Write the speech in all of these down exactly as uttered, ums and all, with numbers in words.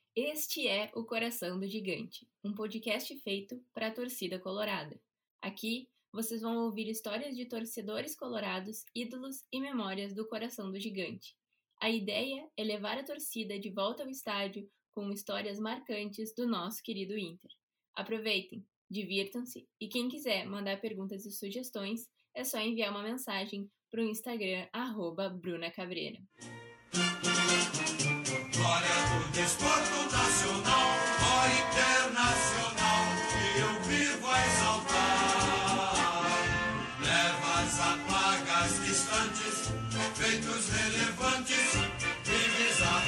Este é o Coração do Gigante, um podcast feito para a torcida colorada. Aqui vocês vão ouvir histórias de torcedores colorados, ídolos e memórias do Coração do Gigante. A ideia é levar a torcida de volta ao estádio com histórias marcantes do nosso querido Inter. Aproveitem, divirtam-se e quem quiser mandar perguntas e sugestões é só enviar uma mensagem para o Instagram arroba Bruna Cabreira. Glória do desporto nacional, ó internacional, que eu vivo a exaltar. Leva as apagas distantes, feitos relevantes, vives a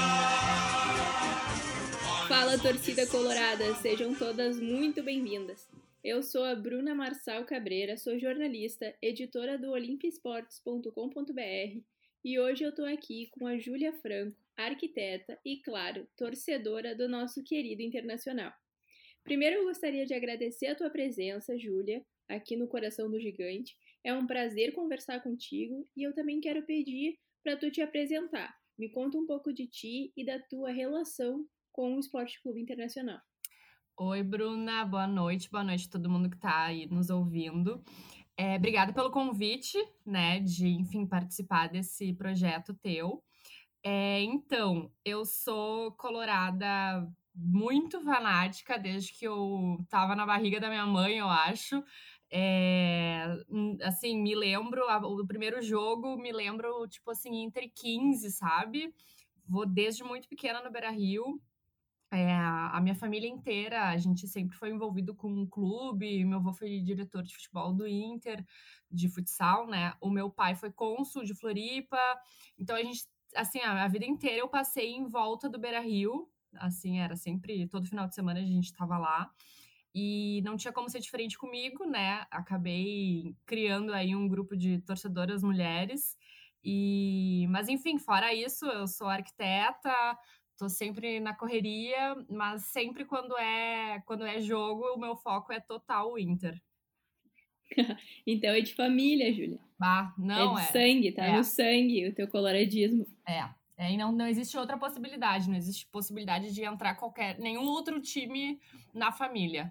brilhar. Fala, torcida colorada, sejam todas muito bem-vindas. Eu sou a Bruna Marçal Cabreira, sou jornalista, editora do olympia esportes ponto com ponto b r e hoje eu tô aqui com a Júlia Franco, arquiteta e, claro, torcedora do nosso querido Internacional. Primeiro eu gostaria de agradecer a tua presença, Júlia, aqui no Coração do Gigante. É um prazer conversar contigo e eu também quero pedir para tu te apresentar. Me conta um pouco de ti e da tua relação com o Esporte Clube Internacional. Oi, Bruna, boa noite, boa noite a todo mundo que tá aí nos ouvindo. É, obrigada pelo convite, né, de, enfim, participar desse projeto teu. É, então, eu sou colorada muito fanática desde que eu tava na barriga da minha mãe, eu acho. É, assim, me lembro, o primeiro jogo, me lembro, tipo assim, Inter quinze, sabe? Vou desde muito pequena no Beira-Rio. É, a minha família inteira, a gente sempre foi envolvido com um clube. Meu avô foi diretor de futebol do Inter, de futsal, né? O meu pai foi cônsul de Floripa. Então, a gente, assim, a vida inteira eu passei em volta do Beira-Rio. Assim, era sempre, todo final de semana a gente estava lá. E não tinha como ser diferente comigo, né? Acabei criando aí um grupo de torcedoras mulheres. E, mas, enfim, fora isso, eu sou arquiteta. Tô sempre na correria, mas sempre quando é, quando é jogo, o meu foco é total o Inter. Então é de família, Júlia. Ah, não, é de é, sangue, tá é. no sangue o teu coloradismo. É, é e não, não existe outra possibilidade, não existe possibilidade de entrar qualquer, nenhum outro time na família.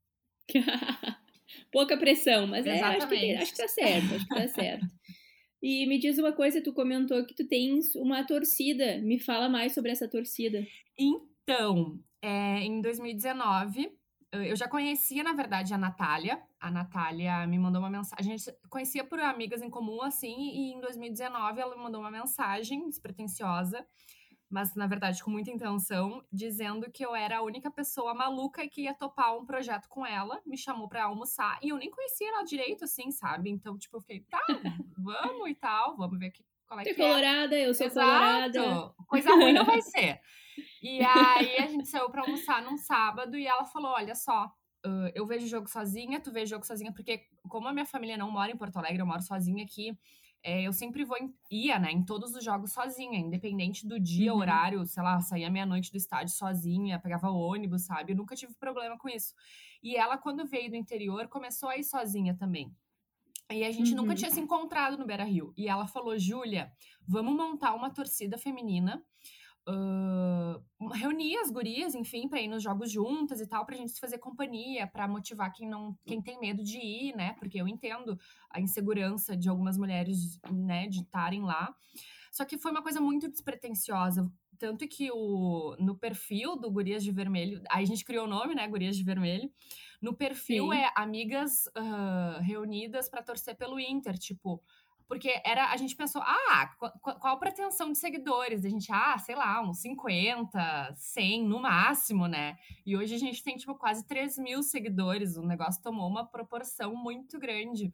Pouca pressão, mas é, acho, que, acho que tá certo, acho que tá certo. E me diz uma coisa, tu comentou que tu tens uma torcida. Me fala mais sobre essa torcida. Então, é, em dois mil e dezenove, eu já conhecia, na verdade, a Natália. A Natália me mandou uma mensagem. A gente conhecia por amigas em comum, assim, e em dois mil e dezenove ela me mandou uma mensagem despretensiosa, mas, na verdade, com muita intenção, dizendo que eu era a única pessoa maluca que ia topar um projeto com ela. Me chamou pra almoçar e eu nem conhecia ela direito, assim, sabe? Então, tipo, eu fiquei, tá, vamos e tal, vamos ver que, qual é Tu é que é. colorada, eu sou Exato. colorada. Coisa ruim não vai ser. E aí a gente saiu pra almoçar num sábado e ela falou, olha só, uh, eu vejo jogo sozinha, tu vê jogo sozinha, porque como a minha família não mora em Porto Alegre, eu moro sozinha aqui, é, eu sempre vou, em, ia, né, em todos os jogos sozinha, independente do dia, Uhum. horário, sei lá, saía meia-noite do estádio sozinha, pegava ônibus, sabe? Eu nunca tive problema com isso. E ela, quando veio do interior, começou a ir sozinha também. E a gente Uhum. nunca tinha se encontrado no Beira-Rio. E ela falou, Júlia, vamos montar uma torcida feminina, uh, reunir as gurias, enfim, pra ir nos jogos juntas e tal, pra gente se fazer companhia, pra motivar quem não, quem tem medo de ir, né? Porque eu entendo a insegurança de algumas mulheres, né, de estarem lá. Só que foi uma coisa muito despretensiosa. Tanto que o, no perfil do Gurias de Vermelho, aí a gente criou o nome, né, Gurias de Vermelho. No perfil Sim. é amigas uh, reunidas pra torcer pelo Inter, tipo... Porque era, a gente pensou, ah, qual, qual a pretensão de seguidores? A gente, ah, sei lá, uns cinquenta, cem no máximo, né? E hoje a gente tem, tipo, quase três mil seguidores. O negócio tomou uma proporção muito grande.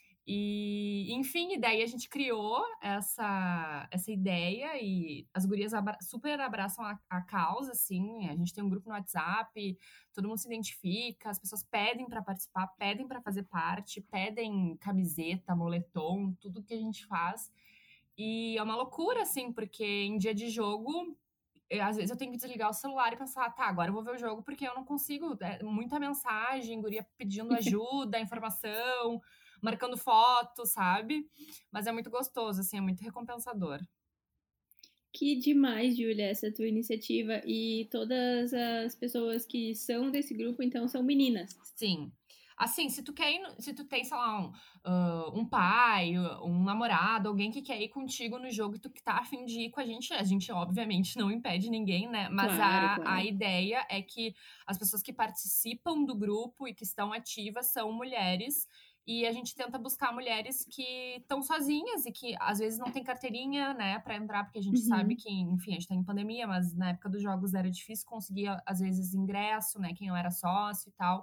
E, enfim, e daí a gente criou essa, essa ideia e as gurias abra- super abraçam a, a causa, assim. A gente tem um grupo no WhatsApp, todo mundo se identifica, as pessoas pedem para participar, pedem para fazer parte, pedem camiseta, moletom, tudo que a gente faz. E é uma loucura, assim, porque em dia de jogo, eu, às vezes eu tenho que desligar o celular e pensar, tá, agora eu vou ver o jogo porque eu não consigo. É muita mensagem, guria pedindo ajuda, informação, marcando foto, sabe? Mas é muito gostoso, assim, é muito recompensador. Que demais, Júlia, essa tua iniciativa. E todas as pessoas que são desse grupo, então, são meninas. Sim. Assim, se tu quer ir, se tu tem, sei lá, um, uh, um pai, um namorado, alguém que quer ir contigo no jogo e tu que tá a fim de ir com a gente, a gente obviamente não impede ninguém, né? Mas Claro, a, claro. a ideia é que as pessoas que participam do grupo e que estão ativas são mulheres. E a gente tenta buscar mulheres que estão sozinhas e que às vezes não tem carteirinha, né, pra entrar, porque a gente Uhum. sabe que, enfim, a gente tá em pandemia, mas na época dos jogos era difícil conseguir, às vezes, ingresso, né, quem não era sócio e tal.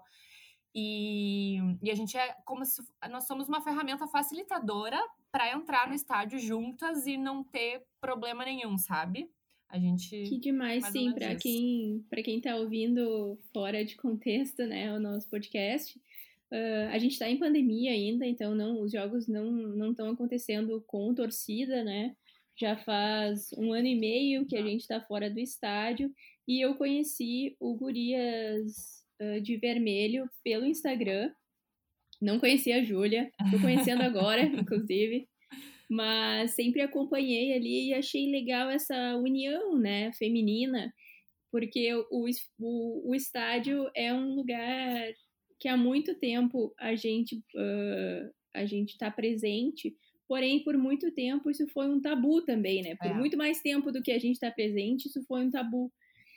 E, e a gente é como se nós somos uma ferramenta facilitadora para entrar no estádio juntas e não ter problema nenhum, sabe? A gente. Que demais, mais ou sim, menos para isso. quem, para quem tá ouvindo fora de contexto, né, o nosso podcast. Uh, a gente tá em pandemia ainda, então não, os jogos não não estão acontecendo com torcida, né? Já faz um ano e meio que a gente tá fora do estádio e eu conheci o Gurias uh, de Vermelho pelo Instagram. Não conhecia a Júlia, tô conhecendo agora, inclusive, mas sempre acompanhei ali e achei legal essa união, né, feminina, porque o, o, o estádio é um lugar que há muito tempo a gente uh, a gente está presente, porém por muito tempo isso foi um tabu também, né? Por É. muito mais tempo do que a gente está presente, isso foi um tabu.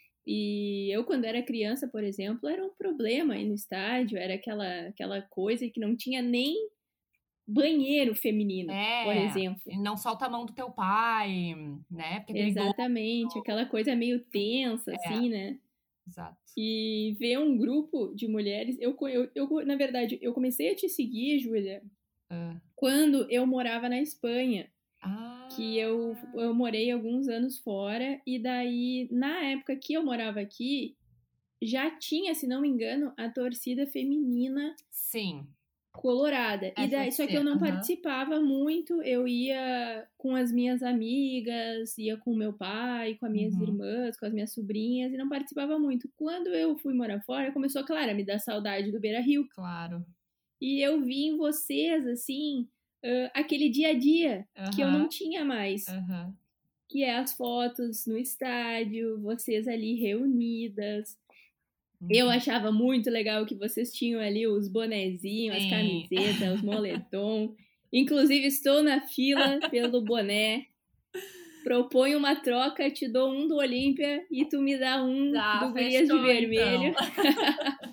E eu, quando era criança, por exemplo, era um problema ir no estádio, era aquela, aquela coisa que não tinha nem banheiro feminino, É, por exemplo. e não solta a mão do teu pai, né? Porque é perigoso. Exatamente, aquela coisa meio tensa, assim, É. né? Exato. E ver um grupo de mulheres, eu, eu, eu na verdade, eu comecei a te seguir, Júlia, Ah. quando eu morava na Espanha, Ah. que eu, eu morei alguns anos fora, e daí, na época que eu morava aqui, já tinha, se não me engano, a torcida feminina Sim. colorada. E daí, só que eu não uhum. participava muito, eu ia com as minhas amigas, ia com meu pai, com as minhas Uhum. irmãs, com as minhas sobrinhas, e não participava muito. Quando eu fui morar fora, começou, claro, a me dar saudade do Beira-Rio. Claro. E eu vi em vocês, assim, uh, aquele dia a dia Uhum. que eu não tinha mais. Uhum. Que é as fotos no estádio, vocês ali reunidas. Eu achava muito legal que vocês tinham ali os bonezinhos, Sim. as camisetas, os moletom. Inclusive, estou na fila pelo boné. Proponho uma troca, te dou um do Olímpia e tu me dá um ah, do Gurias de Vermelho. Então.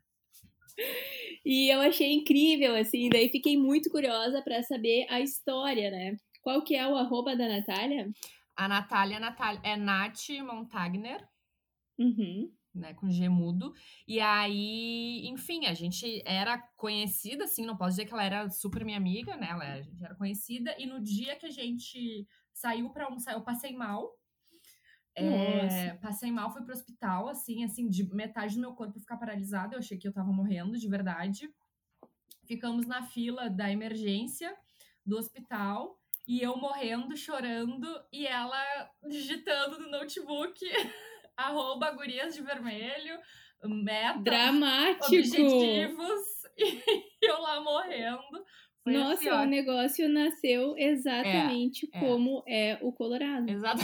E eu achei incrível, assim. Daí fiquei muito curiosa para saber a história, né? Qual que é o arroba da Natália? A Natália, Natália é Nath Montagner. Uhum. Né, com G mudo, e aí, enfim, a gente era conhecida, assim, não posso dizer que ela era super minha amiga, né, ela, a gente era conhecida, e no dia que a gente saiu pra almoçar, eu passei mal, é, passei mal, fui pro hospital, assim, assim, de metade do meu corpo ficar paralisada, eu achei que eu tava morrendo, de verdade, ficamos na fila da emergência do hospital, e eu morrendo, chorando, e ela digitando no notebook... arroba Gurias de Vermelho, metas, dramático, objetivos, e eu lá morrendo. Foi Nossa, assim, o ó. negócio nasceu exatamente é, como é. é o Colorado. Exato.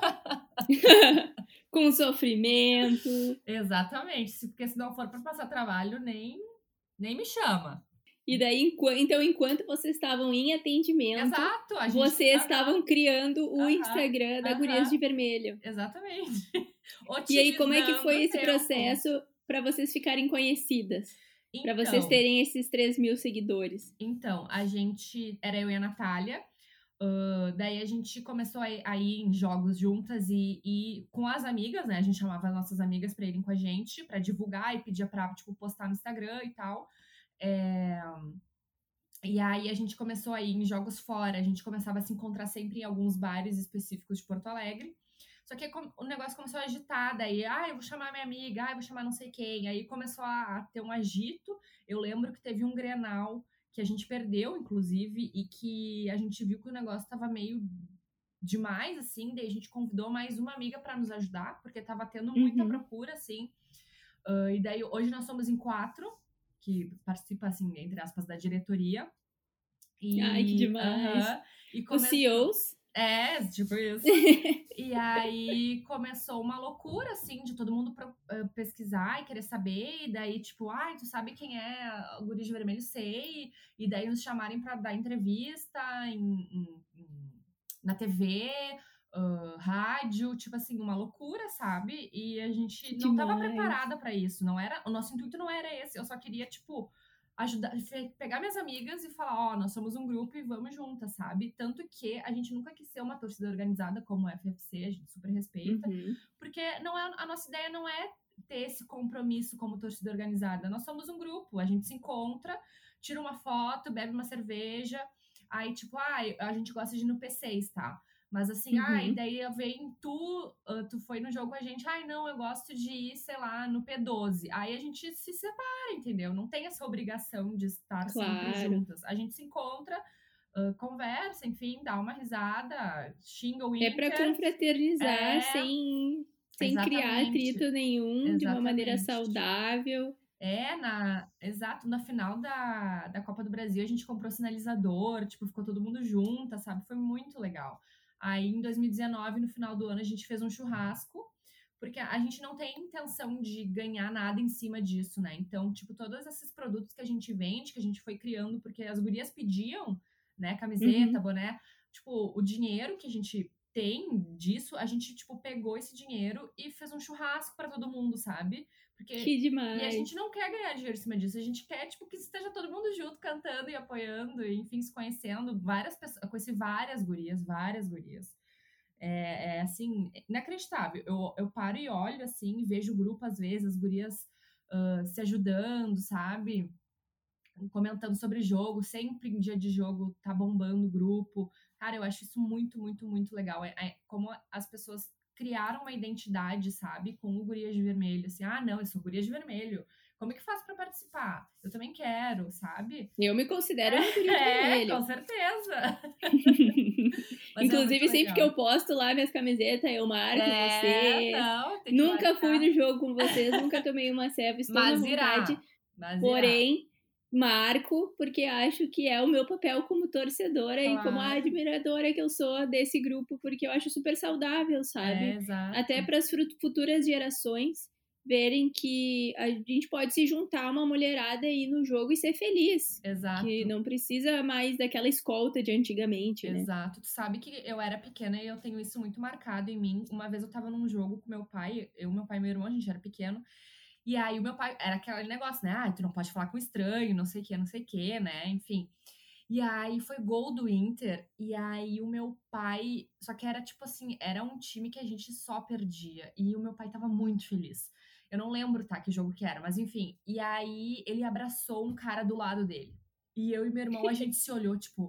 Com sofrimento. Exatamente, porque se não for para passar trabalho, nem, nem me chama. E daí, então, enquanto vocês estavam em atendimento, Exato, a gente, vocês uh-huh. estavam criando o uh-huh. Instagram da uh-huh. Gurias de Vermelho. Exatamente. E aí, como é que foi esse tempo. processo para vocês ficarem conhecidas? Então, para vocês terem esses três mil seguidores? Então, a gente... Era eu e a Natália. Uh, daí a gente começou a ir, a ir em jogos juntas e, e com as amigas, né? A gente chamava as nossas amigas para irem com a gente, para divulgar e pedia pra, tipo, postar no Instagram e tal. É... E aí a gente começou a ir em jogos fora, a gente começava a se encontrar sempre em alguns bares específicos de Porto Alegre. Só que o negócio começou a agitar, daí, ah, eu vou chamar minha amiga, ah, eu vou chamar não sei quem. Aí começou a, a ter um agito. Eu lembro que teve um Grenal que a gente perdeu, inclusive, e que a gente viu que o negócio tava meio demais, assim, daí a gente convidou mais uma amiga para nos ajudar, porque tava tendo muita uhum. procura, assim. Uh, e daí, hoje nós somos em quatro, que participa, assim, entre aspas, da diretoria. E, ai, que demais. Uh-huh, e começou... Os C E Os? É, tipo isso. E aí começou uma loucura, assim, de todo mundo pro, uh, pesquisar e querer saber. E daí, tipo, ai, tu sabe quem é o Guri de Vermelho? Sei. E daí nos chamarem pra dar entrevista em, em, em, na T V, uh, rádio, tipo assim, uma loucura, sabe? E a gente Que não tava demais. preparada pra isso. Não era, o nosso intuito não era esse. Eu só queria, tipo, ajudar, pegar minhas amigas e falar, ó, oh, nós somos um grupo e vamos juntas, sabe? Tanto que a gente nunca quis ser uma torcida organizada como a F F C, a gente super respeita, Uhum. porque não é, a nossa ideia não é ter esse compromisso como torcida organizada. Nós somos um grupo, a gente se encontra, tira uma foto, bebe uma cerveja, aí tipo, ah, a gente gosta de ir no P seis, tá? Mas assim, Uhum. ai, daí vem tu, uh, tu foi no jogo com a gente, ai, não, eu gosto de ir, sei lá, no P doze. Aí a gente se separa, entendeu? Não tem essa obrigação de estar Claro. sempre juntas. A gente se encontra, uh, conversa, enfim, dá uma risada, xinga o É Inter. pra confraternizar É, sem, sem criar exatamente. atrito nenhum, de uma maneira Exatamente. saudável. É, na, exato, na final da, da Copa do Brasil a gente comprou sinalizador, tipo, ficou todo mundo junto, sabe? Foi muito legal. Aí em dois mil e dezenove, no final do ano, a gente fez um churrasco, porque a gente não tem intenção de ganhar nada em cima disso, né? Então, tipo, todos esses produtos que a gente vende, que a gente foi criando, porque as gurias pediam, né? Camiseta, Uhum. boné, tipo, o dinheiro que a gente tem disso, a gente, tipo, pegou esse dinheiro e fez um churrasco para todo mundo, sabe? Porque Que demais. E a gente não quer ganhar dinheiro em cima disso, a gente quer, tipo, que esteja todo mundo junto, cantando e apoiando, e, enfim, se conhecendo. Várias pessoas, eu conheci várias gurias, várias gurias. É, é assim, inacreditável. Eu, eu paro e olho, assim, vejo o grupo, às vezes, as gurias uh, se ajudando, sabe? Comentando sobre jogo, sempre em dia de jogo tá bombando o grupo. Cara, eu acho isso muito, muito, muito legal. É, é como as pessoas criaram uma identidade, sabe? Com o Gurias de Vermelho. Assim, ah, não, eu sou Gurias de Vermelho. Como é que faz pra participar? Eu também quero, sabe? Eu me considero uma guria de É, vermelho. com certeza. Inclusive, é sempre legal. que eu posto lá minhas camisetas, eu marco é, vocês. Não, tem que Nunca marcar. fui no jogo com vocês, nunca tomei uma selfie, estou Mas à vontade. irá. Mas Porém, irá. marco, porque acho que é o meu papel como torcedora Claro. e como a admiradora que eu sou desse grupo, porque eu acho super saudável, sabe? É, exato. Até para as futuras gerações verem que a gente pode se juntar uma mulherada aí no jogo e ser feliz. Exato. Que não precisa mais daquela escolta de antigamente, né? Exato. Tu sabe que eu era pequena e eu tenho isso muito marcado em mim. Uma vez eu tava num jogo com meu pai, eu, meu pai e meu irmão, a gente era pequeno. E aí o meu pai, era aquele negócio, né? Ah, tu não pode falar com estranho, não sei o que, não sei o que, né? Enfim. E aí foi gol do Inter, e aí o meu pai... Só que era tipo assim, era um time que a gente só perdia. E o meu pai tava muito feliz. Eu não lembro, tá, que jogo que era, mas enfim. E aí ele abraçou um cara do lado dele. E eu e meu irmão, a gente se olhou, tipo...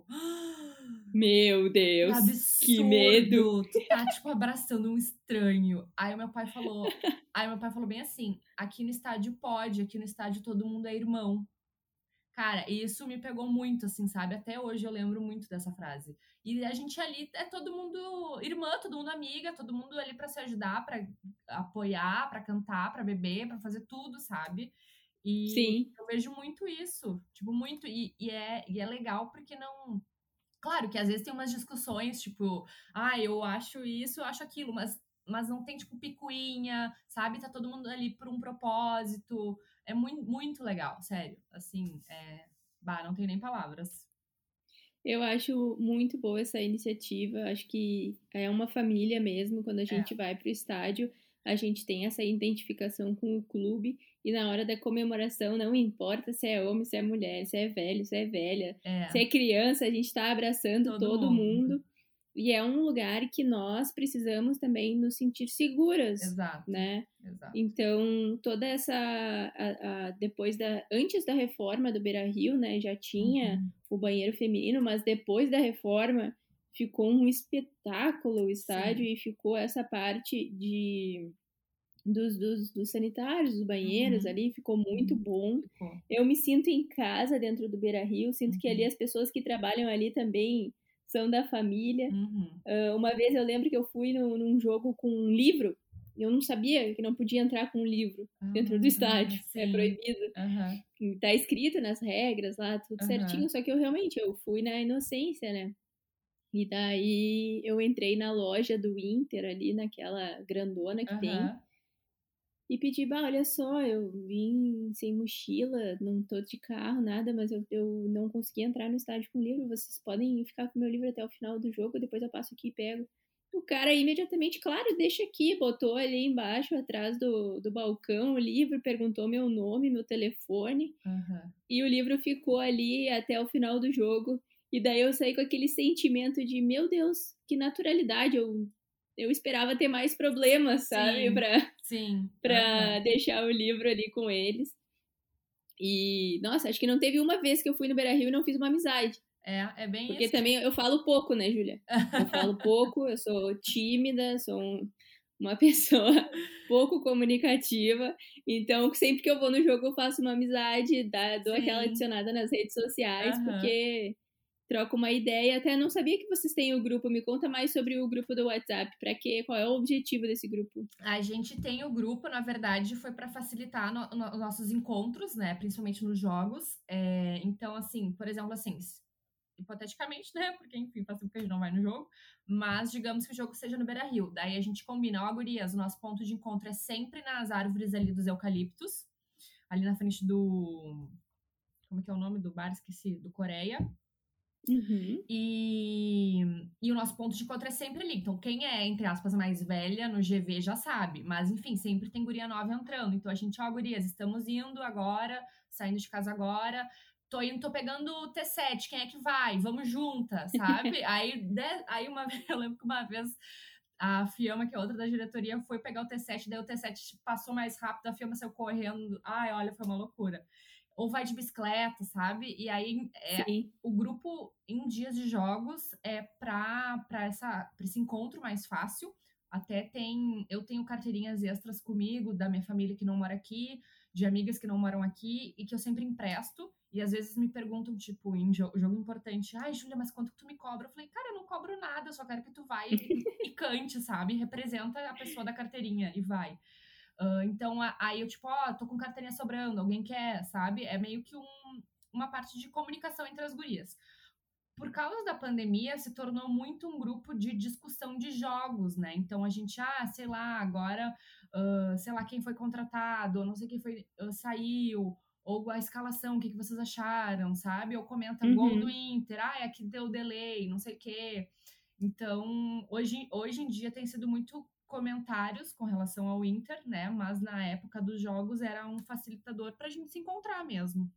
Meu Deus, que absurdo! Que medo! Tu tá, tipo, abraçando um estranho. Aí o meu pai falou... Aí meu pai falou bem assim, aqui no estádio pode, aqui no estádio todo mundo é irmão. Cara, isso me pegou muito, assim, sabe? Até hoje eu lembro muito dessa frase. E a gente ali é todo mundo irmã, todo mundo amiga, todo mundo ali pra se ajudar, pra apoiar, pra cantar, pra beber, pra fazer tudo, sabe? E Sim. eu vejo muito isso, tipo, muito. E, e, é, e é legal porque não... Claro que às vezes tem umas discussões, tipo, ah, eu acho isso, eu acho aquilo, mas, mas não tem, tipo, picuinha, sabe? Tá todo mundo ali por um propósito. É muito, muito legal, sério. Assim, é... bah, não tenho nem palavras. Eu acho muito boa essa iniciativa. Acho que é uma família mesmo. Quando a gente é. vai para o estádio, a gente tem essa identificação com o clube. E na hora da comemoração, não importa se é homem, se é mulher, se é velho, se é velha, é. se é criança, a gente está abraçando todo, todo mundo. mundo. E é um lugar que nós precisamos também nos sentir seguras, Exato, né? Exato. Então, toda essa... A, a, depois da... Antes da reforma do Beira-Rio, né? Já tinha uhum. o banheiro feminino, mas depois da reforma ficou um espetáculo o estádio. Sim. E ficou essa parte de... Dos, dos, dos sanitários, dos banheiros uhum. ali, ficou muito uhum. bom. Ficou. Eu me sinto em casa dentro do Beira-Rio, sinto uhum. que ali as pessoas que trabalham ali também... são da família. Uhum. Uh, uma vez eu lembro que eu fui no, num jogo com um livro, eu não sabia que não podia entrar com um livro uhum. dentro do estádio, sim. é proibido. Uhum. Tá escrito nas regras lá, tudo uhum. certinho, só que eu realmente, eu fui na inocência, né? E daí eu entrei na loja do Inter ali, naquela grandona que tem, Aham. e pedi, bah, olha só, eu vim sem mochila, não tô de carro, nada, mas eu, eu não consegui entrar no estádio com livro, vocês podem ficar com meu livro até o final do jogo, depois eu passo aqui e pego. O cara imediatamente, claro, deixa aqui, botou ali embaixo, atrás do, do balcão, o livro, perguntou meu nome, meu telefone, Aham. e o livro ficou ali até o final do jogo. E daí eu saí com aquele sentimento de, meu Deus, que naturalidade, eu, eu esperava ter mais problemas, sabe, Sim, pra, sim. pra Aham. deixar o livro ali com eles. E, nossa, acho que não teve uma vez que eu fui no Beira-Rio e não fiz uma amizade. É, é bem Porque isso. também eu falo pouco, né, Júlia? Eu falo pouco, eu sou tímida, sou um- uma pessoa pouco comunicativa. Então, sempre que eu vou no jogo, eu faço uma amizade, dá, dou aquela Sim. adicionada nas redes sociais, Aham. porque troco uma ideia. Até não sabia que vocês têm o grupo. Me conta mais sobre o grupo do WhatsApp. Para quê? Qual é o objetivo desse grupo? A gente tem o grupo, na verdade, foi para facilitar no, no, os nossos encontros, né? Principalmente nos jogos. É, então, assim, por exemplo, assim, hipoteticamente, né? Porque, enfim, faz tempo que a gente não vai no jogo. Mas, digamos que o jogo seja no Beira-Rio. Daí a gente combina, ó, gurias, o nosso ponto de encontro é sempre nas árvores ali dos eucaliptos. Ali na frente do... Como é que é o nome do bar? Esqueci. Do Coreia. Uhum. E, e o nosso ponto de encontro é sempre ali. Então, quem é, entre aspas, mais velha no G V já sabe. Mas, enfim, sempre tem guria nova entrando. Então, a gente, ó, gurias, estamos indo agora, saindo de casa agora. Tô indo, tô pegando o T sete, quem é que vai? Vamos juntas, sabe? aí, de, aí, uma vez, eu lembro que uma vez a Fiamma, que é outra da diretoria, foi pegar o T sete, daí o T sete passou mais rápido, a Fiamma saiu correndo. Ai, olha, foi uma loucura. Ou vai de bicicleta, sabe? E aí, é, Sim. o grupo em dias de jogos é para esse encontro mais fácil. Até tem, eu tenho carteirinhas extras comigo, da minha família que não mora aqui, de amigas que não moram aqui, e que eu sempre empresto. E às vezes me perguntam, tipo, em jogo, jogo importante, ai, Júlia, mas quanto que tu me cobra? Eu falei, cara, eu não cobro nada, eu só quero que tu vá e, e cante, sabe? Representa a pessoa da carteirinha e vai. Uh, então, aí eu, tipo, ó, tô com carteirinha sobrando, alguém quer, sabe? É meio que um, uma parte de comunicação entre as gurias. Por causa da pandemia, se tornou muito um grupo de discussão de jogos, né? Então, a gente, ah, sei lá, agora, uh, sei lá, quem foi contratado, ou não sei quem foi, uh, saiu, ou a escalação, o que, que vocês acharam, sabe? Ou comenta Uhum. gol do Inter, ah, aqui deu delay, não sei o quê. Então, hoje, hoje em dia tem sido muito comentários com relação ao Inter, né? Mas na época dos jogos era um facilitador pra gente se encontrar mesmo.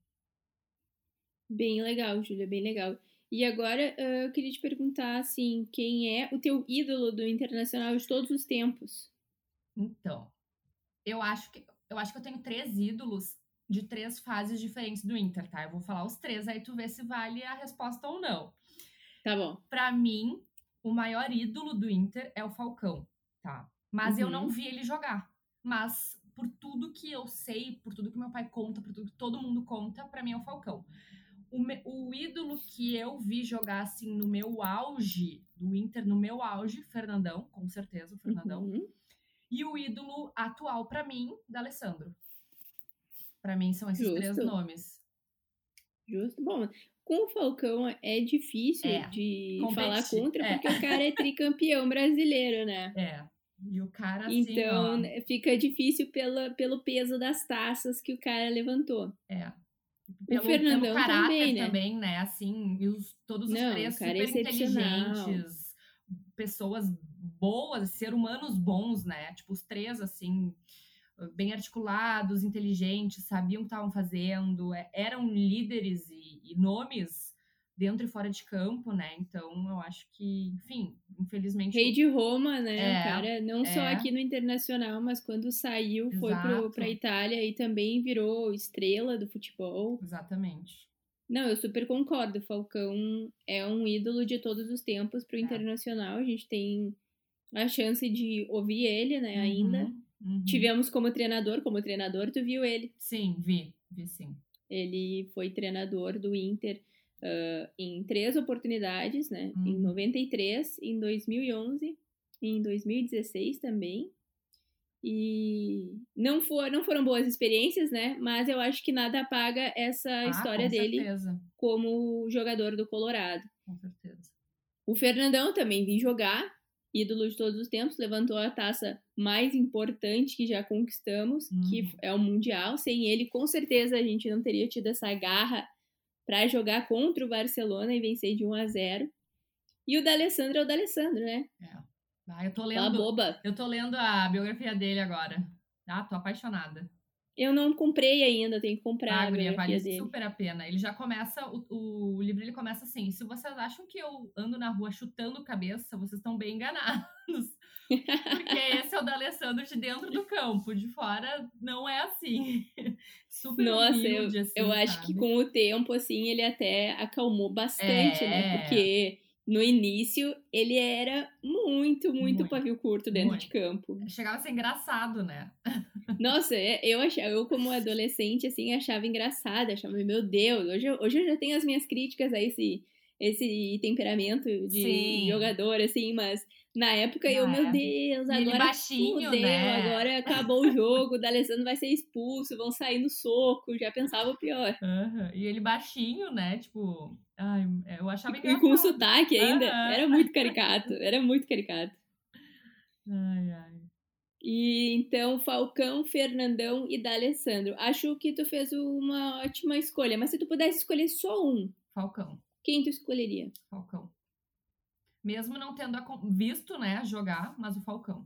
Bem legal, Júlia, bem legal. E agora uh, eu queria te perguntar, assim, quem é o teu ídolo do Internacional de todos os tempos? Então, eu acho que eu acho que eu tenho três ídolos de três fases diferentes do Inter, tá? Eu vou falar os três, aí tu vê se vale a resposta ou não. Tá bom. Pra mim, o maior ídolo do Inter é o Falcão, tá? Mas Uhum. eu não vi ele jogar. Mas por tudo que eu sei, por tudo que meu pai conta, por tudo que todo mundo conta, pra mim é o Falcão. O, me, o ídolo que eu vi jogar, assim, no meu auge, do Inter, no meu auge, Fernandão, com certeza, o Fernandão. Uhum. E o ídolo atual, pra mim, D'Alessandro. Pra mim, são esses Justo. três nomes. Justo. Bom, com o Falcão é difícil É, de competir, falar contra, é. porque o cara é tricampeão brasileiro, né? É, e o cara, assim, Então, ó... fica difícil pela, pelo peso das taças que o cara levantou. É. Pelo, o Fernandão pelo caráter também, né? também, né? Assim, e os, todos os Não, três o cara super é excepcional. inteligentes, pessoas boas, ser humanos bons, né? Tipo, os três, assim, bem articulados, inteligentes, sabiam o que estavam fazendo, eram líderes e, e nomes dentro e fora de campo, né? Então, eu acho que, enfim, infelizmente... Rei de Roma, né? É, o cara, não é. só aqui no Internacional, mas quando saiu, Exato. foi pro, pra Itália e também virou estrela do futebol. Exatamente. Não, eu super concordo. O Falcão é um ídolo de todos os tempos pro É. Internacional. A gente tem a chance de ouvir ele, né, ainda. Uhum, uhum. Tivemos como treinador, como treinador, tu viu ele? Sim, vi, vi sim. Ele foi treinador do Inter uh, em três oportunidades, né? Uhum. Em noventa e três, em dois mil e onze, em dois mil e dezesseis também. E não, for, não foram boas experiências, né? Mas eu acho que nada apaga essa Ah, história com dele certeza. como jogador do Colorado. Com certeza. O Fernandão também vi jogar, ídolo de todos os tempos, levantou a taça mais importante que já conquistamos, Hum. que é o Mundial. Sem ele, com certeza, a gente não teria tido essa garra para jogar contra o Barcelona e vencer de um a zero. E o D'Alessandro é o D'Alessandro, né? É. Ah, eu tô Aquela lendo, boba. eu tô lendo a biografia dele agora. Ah, tô apaixonada. Eu não comprei ainda, tenho que comprar Ah, a guria, biografia vale dele. super a pena. Ele já começa, o, o livro ele começa assim: se vocês acham que eu ando na rua chutando cabeça, vocês estão bem enganados. Porque esse é o D'Alessandro de dentro do campo, de fora não é assim. Super Nossa, humilde, eu, assim, eu acho sabe? que com o tempo, assim, ele até acalmou bastante, É. né? Porque no início ele era muito, muito, Muito, pavio curto dentro muito. de campo. Chegava a ser engraçado, né? Nossa, é, eu achava, eu como adolescente, assim, achava engraçado, achava, meu Deus, hoje, eu- hoje eu já tenho as minhas críticas a esse, esse temperamento de Sim. jogador, assim, mas na época eu, Na meu época. Deus, E ele agora baixinho, fudeu, né? agora acabou o jogo, o D'Alessandro vai ser expulso, vão sair no soco, já pensava o pior. Aham. E ele baixinho, né? Tipo, ai, eu achava E engraçado. com sotaque ainda, Aham. era muito caricato, era muito caricato. Ai, ai. E então, Falcão, Fernandão e D'Alessandro. Acho que tu fez uma ótima escolha, mas se tu pudesse escolher só um, Falcão, quem tu escolheria? Falcão. Mesmo não tendo acom- visto, né, jogar, mas o Falcão.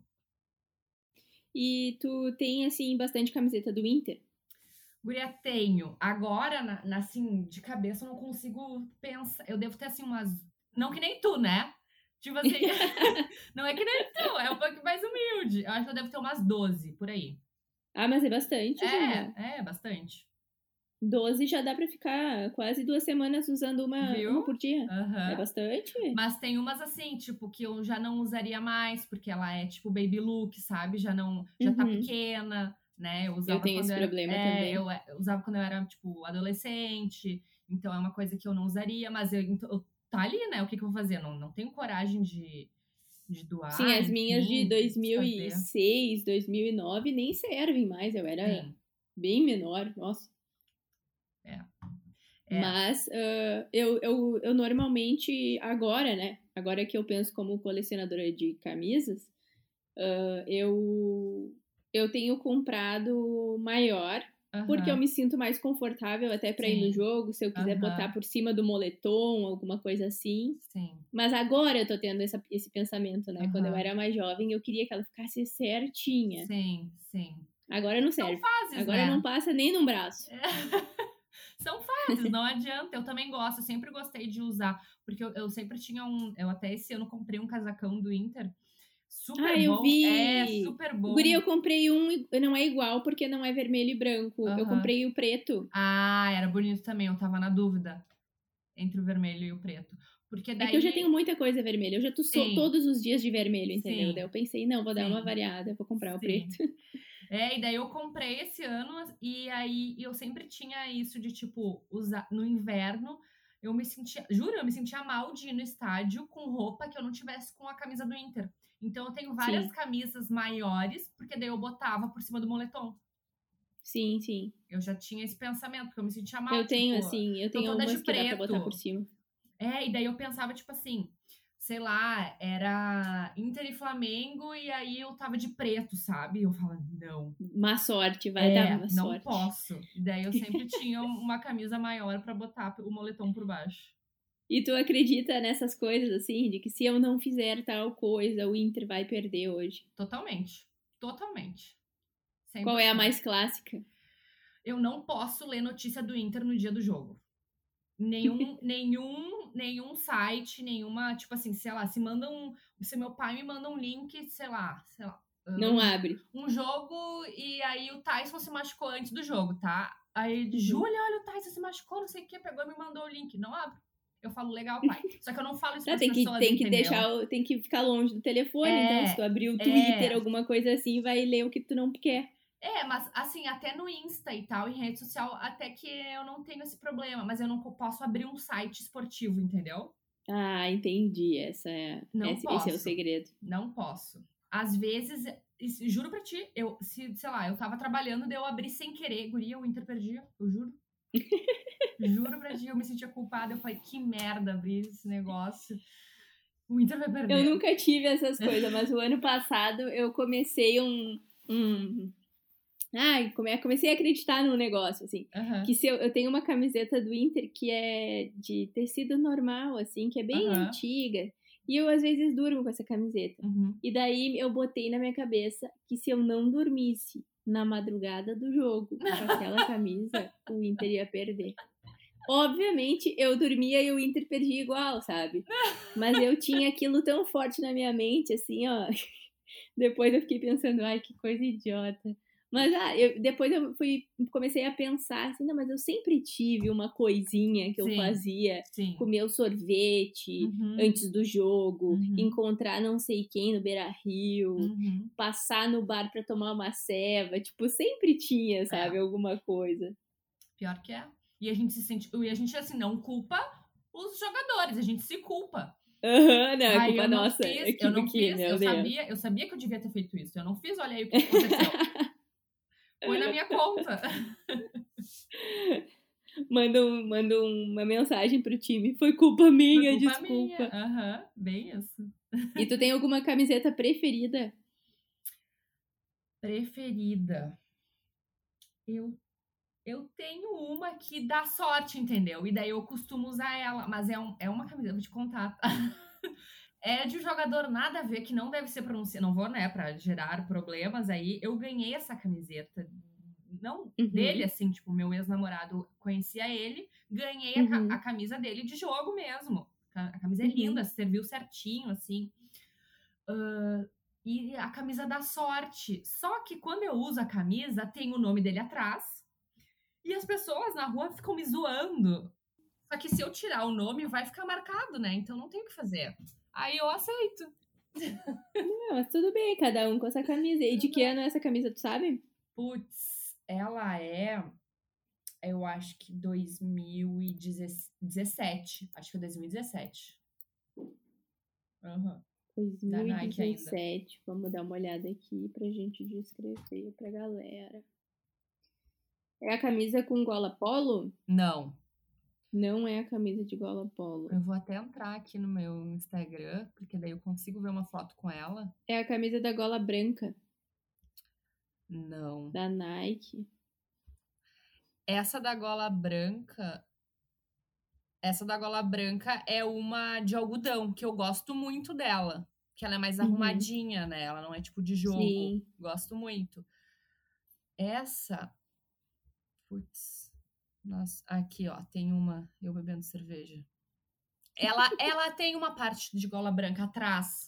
E tu tem, assim, bastante camiseta do Inter? Guria, tenho. Agora, na, na- assim, de cabeça, eu não consigo pensar. Eu devo ter, assim, umas... Não que nem tu, né? Tipo assim, não é que nem tu, é um pouco mais humilde. Eu acho que eu devo ter umas doze, por aí. Ah, mas é bastante, Júlia. É, é, bastante. doze já dá pra ficar quase duas semanas usando uma, Viu? uma por dia. Aham. É bastante? Mas tem umas assim, tipo, que eu já não usaria mais, porque ela é tipo baby look, sabe? Já não, já tá Uhum. pequena, né? Eu usava Eu tenho quando esse eu era, problema é, também. Eu, eu usava quando eu era, tipo, adolescente. Então é uma coisa que eu não usaria, mas eu, então, eu- tá ali, né? O que, que eu vou fazer? Não, não tenho coragem de, de doar. Sim, as minhas enfim, de dois mil e desfazer. seis, dois mil e nove nem servem mais. Eu era Sim. bem menor, nossa. É. Mas uh, eu, eu, eu normalmente, agora, né? Agora que eu penso como colecionadora de camisas, uh, eu, eu tenho comprado maior, Aham. porque eu me sinto mais confortável até pra ir no Sim. jogo, se eu quiser Aham. botar por cima do moletom, alguma coisa assim. Sim. Mas agora eu tô tendo essa, esse pensamento, né? Quando eu Aham. era mais jovem, eu queria que ela ficasse certinha. Sim, sim. Agora não São serve. fases, Agora né? não passa nem num braço. São fases, não adianta. Eu também gosto, eu sempre gostei de usar, porque eu, eu sempre tinha um. Eu até esse ano comprei um casacão do Inter. Super Ah, eu bom. vi. É, super bom. Guri, eu comprei um, e não é igual porque não é vermelho e branco. Eu Aham. comprei o preto. Ah, era bonito também, eu tava na dúvida entre o vermelho e o preto. Porque daí. É que eu já tenho muita coisa vermelha. Eu já tô so- Sim. todos os dias de vermelho, entendeu? Sim. Daí eu pensei, não, vou dar Sim. uma variada, vou comprar o Sim. preto. É, e daí eu comprei esse ano, e aí eu sempre tinha isso de, tipo, usar no inverno, eu me sentia, juro, eu me sentia mal de ir no estádio com roupa que eu não tivesse com a camisa do Inter. Então eu tenho várias Sim. camisas maiores, porque daí eu botava por cima do moletom. Sim, sim. Eu já tinha esse pensamento, porque eu me sentia mal. Eu tenho, tipo, assim, eu tô tenho toda algumas de que dá pra botar preto. por cima. É, e daí eu pensava, tipo assim, sei lá, era Inter e Flamengo, e aí eu tava de preto, sabe? Eu falava, não. Má sorte, vai É, dar má não sorte. posso. E daí eu sempre tinha uma camisa maior pra botar o moletom por baixo. E tu acredita nessas coisas, assim, de que se eu não fizer tal coisa, o Inter vai perder hoje? Totalmente. Totalmente. cem por cento. Qual é a mais clássica? Eu não posso ler notícia do Inter no dia do jogo. Nenhum, nenhum, nenhum site, nenhuma, tipo assim, sei lá, se manda um. Se meu pai me manda um link, sei lá, sei lá. Não um, abre. Um jogo e aí o Tyson se machucou antes do jogo, tá? Aí, Uhum. Júlia, olha, o Tyson se machucou, não sei o que, pegou e me mandou o link. Não abre. Eu falo, legal, pai. Só que eu não falo isso Tá, pras tem que, pessoas, tem que entendeu? deixar, o- tem que ficar longe do telefone, É, então se tu abrir o é. Twitter, alguma coisa assim, vai ler o que tu não quer. É, mas assim, até no Insta e tal, em rede social, até que eu não tenho esse problema, mas eu não posso abrir um site esportivo, entendeu? Ah, entendi. Essa é, Não esse, posso. esse é o segredo. Não posso. Às vezes, isso- juro pra ti, eu, se, sei lá, eu tava trabalhando, daí eu abri sem querer, guria, o Inter perdia, eu juro. Juro pra ti, eu me sentia culpada, eu falei, que merda abrir esse negócio. O Inter vai perder. Eu nunca tive essas coisas, mas o ano passado eu comecei um... um... Ah, comecei a acreditar num negócio, assim. Uhum. Que se eu, eu tenho uma camiseta do Inter que é de tecido normal, assim, que é bem Uhum. antiga. E eu, às vezes, durmo com essa camiseta. Uhum. E daí eu botei na minha cabeça que se eu não dormisse na madrugada do jogo com aquela camisa, o Inter ia perder. Obviamente, eu dormia e o Inter perdia igual, sabe? Mas eu tinha aquilo tão forte na minha mente, assim, ó. Depois eu fiquei pensando, ai, que coisa idiota. Mas ah, eu, depois eu fui, comecei a pensar assim, não, mas eu sempre tive uma coisinha que eu Sim, fazia, sim. comer o sorvete Uhum. antes do jogo, Uhum. encontrar não sei quem no Beira-Rio, Uhum. passar no bar pra tomar uma ceva, tipo, sempre tinha, sabe, É. alguma coisa. Pior que é. E a gente se sente, e a gente assim, não culpa os jogadores, a gente se culpa. Aham, não, é Ai, culpa eu não nossa. fiz, aqui, eu não aqui, fiz, meu eu Deus. sabia, eu sabia que eu devia ter feito isso. Eu não fiz, olha aí o que aconteceu. Põe na minha conta. Manda, um, manda uma mensagem pro time. Foi culpa minha, Foi culpa desculpa. minha. Aham, bem isso. E tu tem alguma camiseta preferida? Preferida. Eu, eu tenho uma que dá sorte, entendeu? E daí eu costumo usar ela. Mas é, um, é uma camiseta, vou te contar. É de um jogador nada a ver, que não deve ser pronunciado. Não vou, né, pra gerar problemas aí. Eu ganhei essa camiseta. Não Uhum. dele, assim, tipo, meu ex-namorado conhecia ele. Ganhei a, Uhum. a camisa dele de jogo mesmo. A camisa é Uhum. linda, serviu certinho, assim. Uh, e a camisa dá sorte. Só que quando eu uso a camisa, tem o nome dele atrás. E as pessoas na rua ficam me zoando. Só que se eu tirar o nome, vai ficar marcado, né? Então não tem o que fazer. Aí eu aceito. Não, mas tudo bem, cada um com essa camisa. E de que ano é essa camisa, tu sabe? Putz, ela é... Eu acho que dois mil e dezessete. Acho que é dois mil e dezessete. Uhum. dois mil e dezessete. Vamos dar uma olhada aqui pra gente descrever pra galera. É a camisa com gola polo? Não. Não é a camisa de gola polo. Eu vou até entrar aqui no meu Instagram, porque daí eu consigo ver uma foto com ela. É a camisa da gola branca. Não. Da Nike. Essa da gola branca... Essa da gola branca é uma de algodão, que eu gosto muito dela. Que ela é mais Uhum. arrumadinha, né? Ela não é tipo de jogo. Sim. Gosto muito. Essa... Putz... Nossa, aqui, ó, tem uma... Eu bebendo cerveja. Ela, ela tem uma parte de gola branca atrás.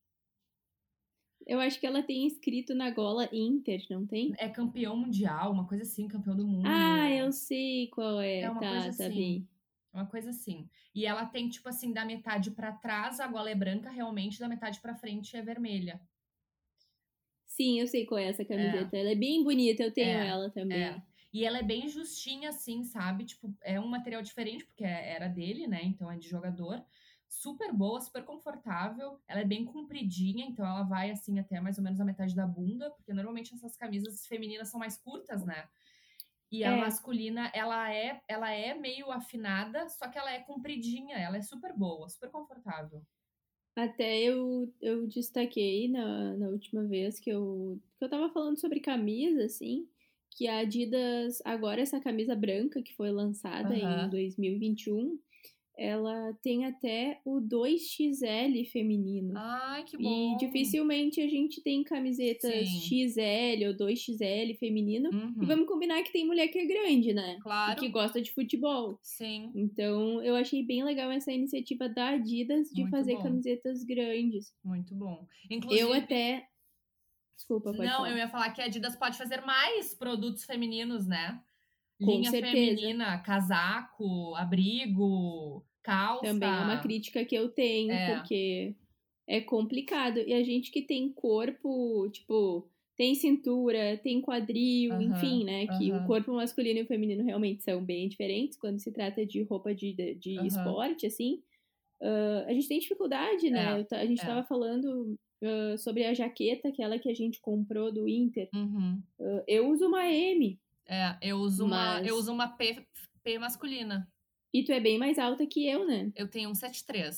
Eu acho que ela tem escrito na gola Inter, não tem? É campeão mundial, uma coisa assim, campeão do mundo. Ah, eu sei qual é. É uma tá, coisa tá assim. bem. Uma coisa assim. E ela tem, tipo assim, da metade pra trás, a gola é branca, realmente, da metade pra frente é vermelha. Sim, eu sei qual é essa camiseta. É. Ela é bem bonita, eu tenho é, ela também. É. E ela é bem justinha, assim, sabe? Tipo, é um material diferente, porque era dele, né? Então é de jogador. Super boa, super confortável. Ela é bem compridinha, então ela vai, assim, até mais ou menos a metade da bunda, porque normalmente essas camisas femininas são mais curtas, né? E a É. masculina, ela é, ela é meio afinada, só que ela é compridinha. Ela é super boa, super confortável. Até eu, eu destaquei na, na última vez que eu, que eu tava falando sobre camisa, assim, que a Adidas, agora essa camisa branca que foi lançada Aham. em dois mil e vinte e um, ela tem até o dois X L feminino. Ai, que bom. E dificilmente a gente tem camisetas Sim. X L ou dois X L feminino. Uhum. E vamos combinar que tem mulher que é grande, né? Claro. E que gosta de futebol. Sim. Então, eu achei bem legal essa iniciativa da Adidas de Muito fazer bom. camisetas grandes. Muito bom. Inclusive... Eu até... Desculpa, pode Não, falar. eu ia falar que a Adidas pode fazer mais produtos femininos, né? Com Linha certeza. feminina, casaco, abrigo, calça. Também é uma crítica que eu tenho, É. porque é complicado. E a gente que tem corpo, tipo, tem cintura, tem quadril, Aham, enfim, né? Que aham. o corpo masculino e o feminino realmente são bem diferentes quando se trata de roupa de, de, de Aham. esporte, assim. Uh, a gente tem dificuldade, né? É, Eu ta- a gente é. tava falando uh, sobre a jaqueta, aquela que a gente comprou do Inter. Uhum. Uh, eu uso uma M. É, eu uso uma, Mas- eu uso uma P, P masculina. E tu é bem mais alta que eu, né? Eu tenho um sete três.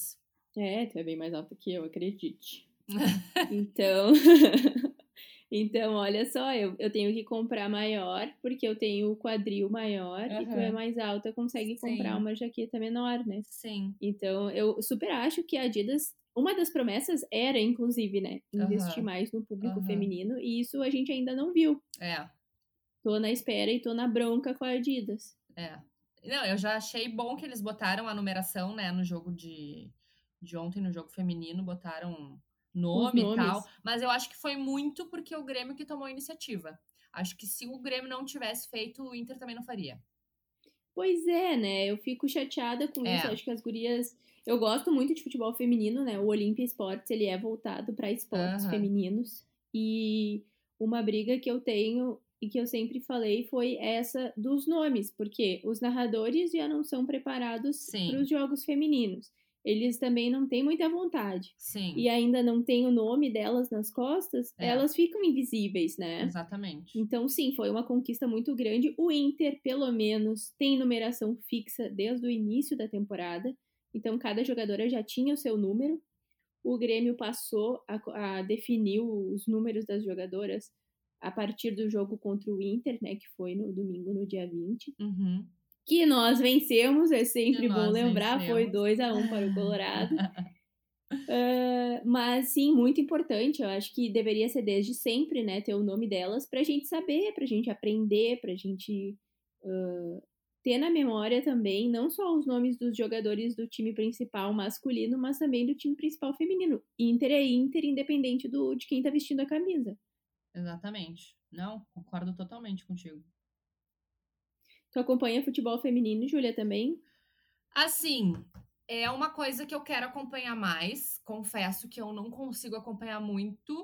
É, tu é bem mais alta que eu, acredite. Então, então olha só, eu, eu tenho que comprar maior, porque eu tenho o quadril maior, e tu é Aham. mais alta, consegue comprar Sim. uma jaqueta menor, né? Sim. Então, eu super acho que a Adidas, uma das promessas era, inclusive, né, investir Aham. mais no público Aham. feminino, e isso a gente ainda não viu. É, Tô na espera e tô na bronca com a Adidas. é. Não, eu já achei bom que eles botaram a numeração, né, no jogo de, de ontem, no jogo feminino, botaram Os nome e tal, nomes. mas eu acho que foi muito porque o Grêmio que tomou a iniciativa. Acho que se o Grêmio não tivesse feito, o Inter também não faria. Pois é, né? Eu fico chateada com É. isso. Acho que as gurias. Eu gosto muito de futebol feminino, né? O Olympia Sports, ele é voltado para esportes Aham. femininos. E uma briga que eu tenho e que eu sempre falei foi essa dos nomes, porque os narradores já não são preparados Sim. para os jogos femininos. Eles também não têm muita vontade. Sim, E ainda não tem o nome delas nas costas, É. elas ficam invisíveis, né? exatamente. Então, sim, foi uma conquista muito grande. O Inter, pelo menos, tem numeração fixa desde o início da temporada. Então, cada jogadora já tinha o seu número. O Grêmio passou a, a definir os números das jogadoras a partir do jogo contra o Inter, né? Que foi no domingo, no dia vinte. Uhum. Que nós vencemos, é sempre Que bom nós lembrar, foi vencemos. dois a um para o Colorado. Uh, mas sim, muito importante. Eu acho que deveria ser desde sempre, né? Ter o nome delas pra gente saber, pra gente aprender, pra gente uh, ter na memória também, não só os nomes dos jogadores do time principal masculino, mas também do time principal feminino. Inter é Inter, independente do, de quem tá vestindo a camisa. Exatamente. Não, concordo totalmente contigo. Tu acompanha futebol feminino, Júlia, também? Assim, é uma coisa que eu quero acompanhar mais. Confesso que eu não consigo acompanhar muito,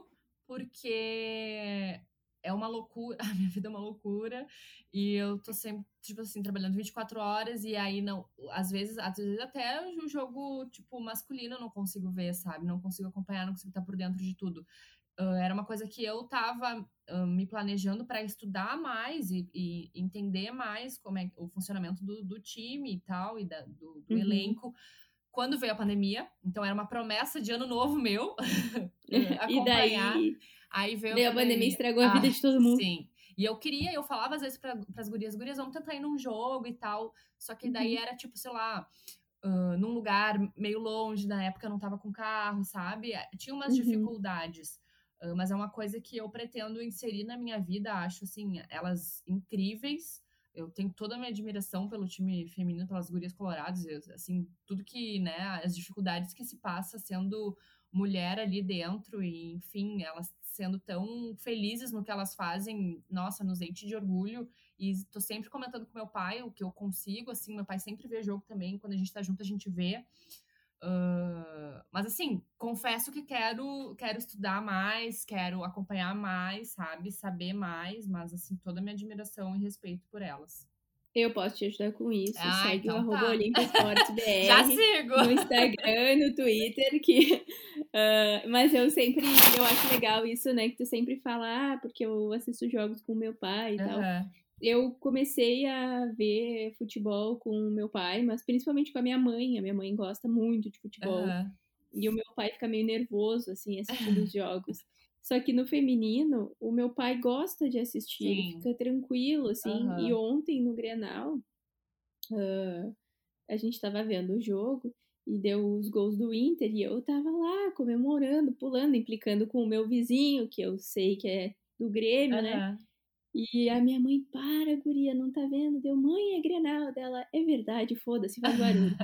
porque é uma loucura. A minha vida é uma loucura. E eu tô sempre, tipo assim, trabalhando vinte e quatro horas. E aí, não, às vezes, às vezes até o jogo, tipo, masculino eu não consigo ver, sabe? Não consigo acompanhar, não consigo estar por dentro de tudo. Uh, era uma coisa que eu tava uh, me planejando para estudar mais e, e entender mais como é o funcionamento do, do time e tal, e da, do, do Uhum. elenco, quando veio a pandemia. Então era uma promessa de ano novo meu acompanhar. E daí, Aí veio daí a a pandemia. pandemia estragou a vida Ah, de todo mundo. sim. E eu queria, eu falava às vezes para as gurias, gurias, vamos tentar ir num jogo e tal. Só que daí Uhum. era tipo, sei lá, uh, num lugar meio longe, na época eu não tava com carro, sabe? Tinha umas Uhum. dificuldades. Uh, mas é uma coisa que eu pretendo inserir na minha vida, acho, assim, elas incríveis. Eu tenho toda a minha admiração pelo time feminino, pelas gurias coloradas, eu, assim, tudo que, né, as dificuldades que se passa sendo mulher ali dentro e, enfim, elas sendo tão felizes no que elas fazem, nossa, nos enche de orgulho. E tô sempre comentando com meu pai o que eu consigo, assim, meu pai sempre vê jogo também, quando a gente tá junto a gente vê. Uh, mas assim, confesso que quero, quero estudar mais, quero acompanhar mais, sabe? Saber mais, mas assim, toda a minha admiração e respeito por elas. Eu posso te ajudar com isso. Ah, Segue então o arroba tá. Olympia Sports B R Já sigo! no Instagram, no Twitter, que, uh, mas eu sempre, eu acho legal isso, né, que tu sempre fala, ah, porque eu assisto jogos com meu pai e tal. Uhum. Eu comecei a ver futebol com o meu pai, mas principalmente com a minha mãe. A minha mãe gosta muito de futebol. Uhum. E o meu pai fica meio nervoso, assim, assistindo os jogos. Só que no feminino, o meu pai gosta de assistir, Sim. ele fica tranquilo, assim. Uhum. E ontem, no Grenal, uh, a gente tava vendo o jogo e deu os gols do Inter e eu tava lá comemorando, pulando, implicando com o meu vizinho, que eu sei que é do Grêmio, Uhum. né? E a minha mãe, para, guria, não tá vendo? Deu, mãe, é Grenal dela. É verdade, foda-se, faz barulho.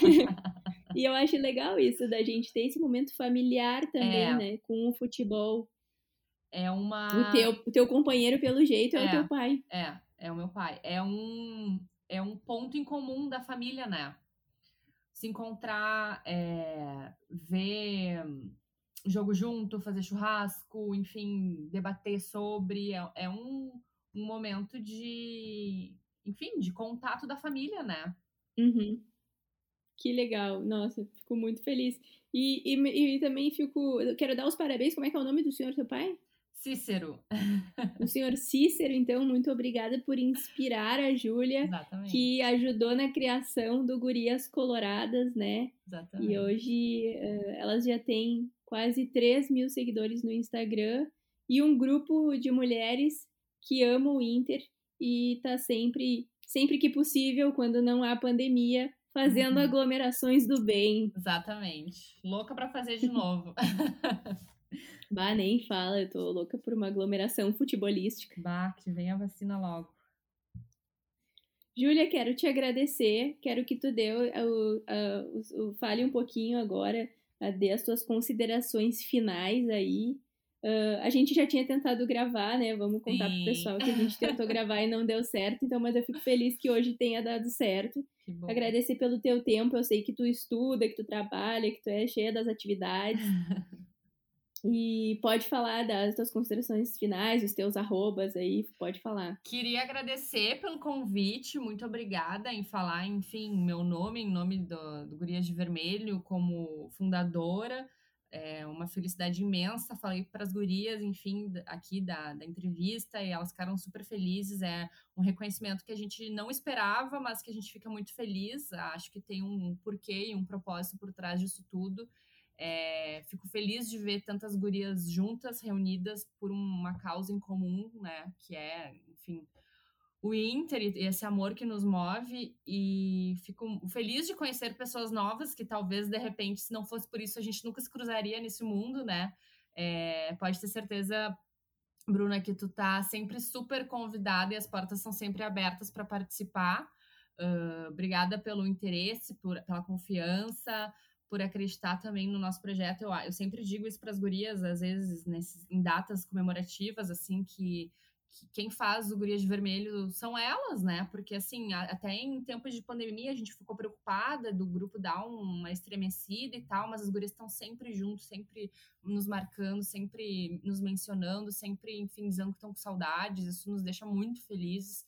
E eu acho legal isso, da gente ter esse momento familiar também, É. né? Com o futebol. É uma... O teu, o teu companheiro, pelo jeito, é, É. o teu pai. É, é o meu pai. É um, é um ponto em comum da família, né? Se encontrar, é, ver jogo junto, fazer churrasco, enfim, debater sobre. É, é um, um momento de, enfim, de contato da família, né? Uhum. Que legal. Nossa, fico muito feliz. E, e, e também fico... Eu quero dar os parabéns. Como é que é o nome do senhor, seu pai? Cícero. O senhor Cícero, então, muito obrigada por inspirar a Júlia, que ajudou na criação do Gurias Coloradas, né? Exatamente. E hoje uh, elas já têm quase três mil seguidores no Instagram e um grupo de mulheres que amam o Inter e tá sempre, sempre que possível, quando não há pandemia, fazendo uhum. aglomerações do bem. Exatamente. Louca para fazer de novo. Bah, nem fala, eu tô louca por uma aglomeração futebolística. Bah, que vem a vacina logo. Júlia, quero te agradecer, quero que tu dê, o, o, o, fale um pouquinho agora, dê as tuas considerações finais aí. Uh, a gente já tinha tentado gravar, né? Vamos contar Sim. pro pessoal que a gente tentou gravar e não deu certo, então, mas eu fico feliz que hoje tenha dado certo. Agradecer pelo teu tempo, eu sei que tu estuda, que tu trabalha, que tu é cheia das atividades. E pode falar das tuas considerações finais, os teus arrobas aí, pode falar. Queria agradecer pelo convite, muito obrigada em falar, enfim, meu nome, em nome do, do Gurias de Vermelho, como fundadora. É uma felicidade imensa, falei para as gurias, enfim, aqui da, da entrevista, e elas ficaram super felizes, é um reconhecimento que a gente não esperava, mas que a gente fica muito feliz, acho que tem um porquê e um propósito por trás disso tudo. É, fico feliz de ver tantas gurias juntas, reunidas por uma causa em comum, né, que é, enfim, o Inter e esse amor que nos move, e fico feliz de conhecer pessoas novas que talvez, de repente, se não fosse por isso, a gente nunca se cruzaria nesse mundo, né, é, pode ter certeza, Bruna, que tu tá sempre super convidada e as portas são sempre abertas para participar. Uh, obrigada pelo interesse, por, pela confiança, por acreditar também no nosso projeto. Eu, eu sempre digo isso para as gurias, às vezes, nesses, em datas comemorativas, assim, que, que quem faz o Gurias de Vermelho são elas, né? Porque, assim, a, até em tempos de pandemia, a gente ficou preocupada do grupo dar uma estremecida e tal, mas as gurias estão sempre juntos, sempre nos marcando, sempre nos mencionando, sempre, enfim, dizendo que estão com saudades. Isso nos deixa muito felizes.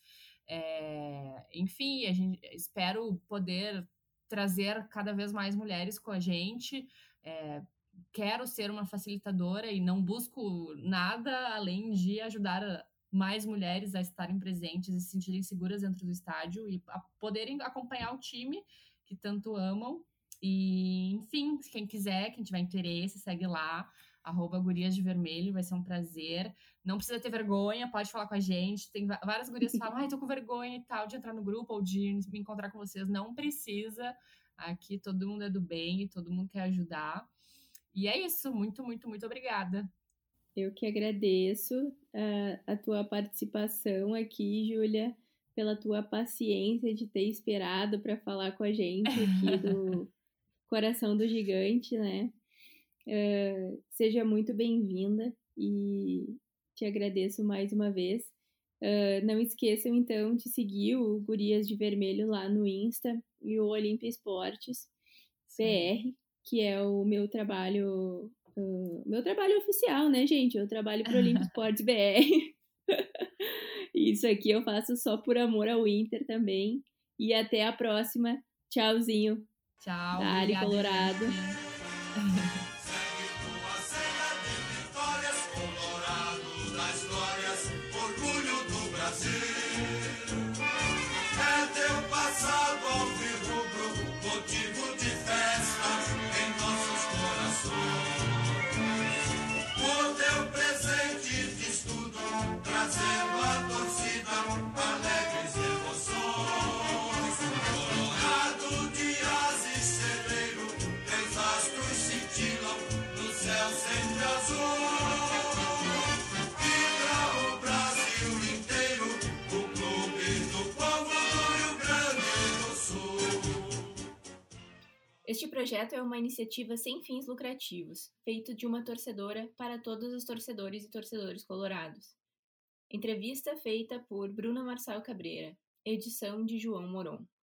É, enfim, a gente espero poder trazer cada vez mais mulheres com a gente. É, quero ser uma facilitadora e não busco nada além de ajudar mais mulheres a estarem presentes e se sentirem seguras dentro do estádio e a poderem acompanhar o time que tanto amam. E, enfim, quem quiser, quem tiver interesse, segue lá, arroba Gurias de Vermelho, vai ser um prazer. Não precisa ter vergonha, pode falar com a gente. Tem várias gurias que falam, ai, tô com vergonha e tal, de entrar no grupo ou de me encontrar com vocês. Não precisa. Aqui todo mundo é do bem e todo mundo quer ajudar. E é isso. Muito, muito, muito obrigada. Eu que agradeço uh, a tua participação aqui, Júlia, pela tua paciência de ter esperado para falar com a gente aqui do Coração do Gigante, né? Uh, seja muito bem-vinda e te agradeço mais uma vez. Uh, não esqueçam, então, de seguir o Gurias de Vermelho lá no Insta e o Olimpia Esportes P R, que é o meu trabalho, uh, meu trabalho oficial, né, gente? Eu trabalho para o Olimpia Esportes B R. Isso aqui eu faço só por amor ao Inter também. E até a próxima. Tchauzinho. Tchau. Dali, Colorado. É teu passado alvirrubro, motivo de festa em nossos corações. O teu presente de estudo, trazendo a torcida alegres emoções. Colorado de asa e celeiro, três astros cintilam no céu sempre azul. Este projeto é uma iniciativa sem fins lucrativos, feito de uma torcedora para todos os torcedores e torcedores colorados. Entrevista feita por Bruna Marçal Cabreira, edição de João Moron.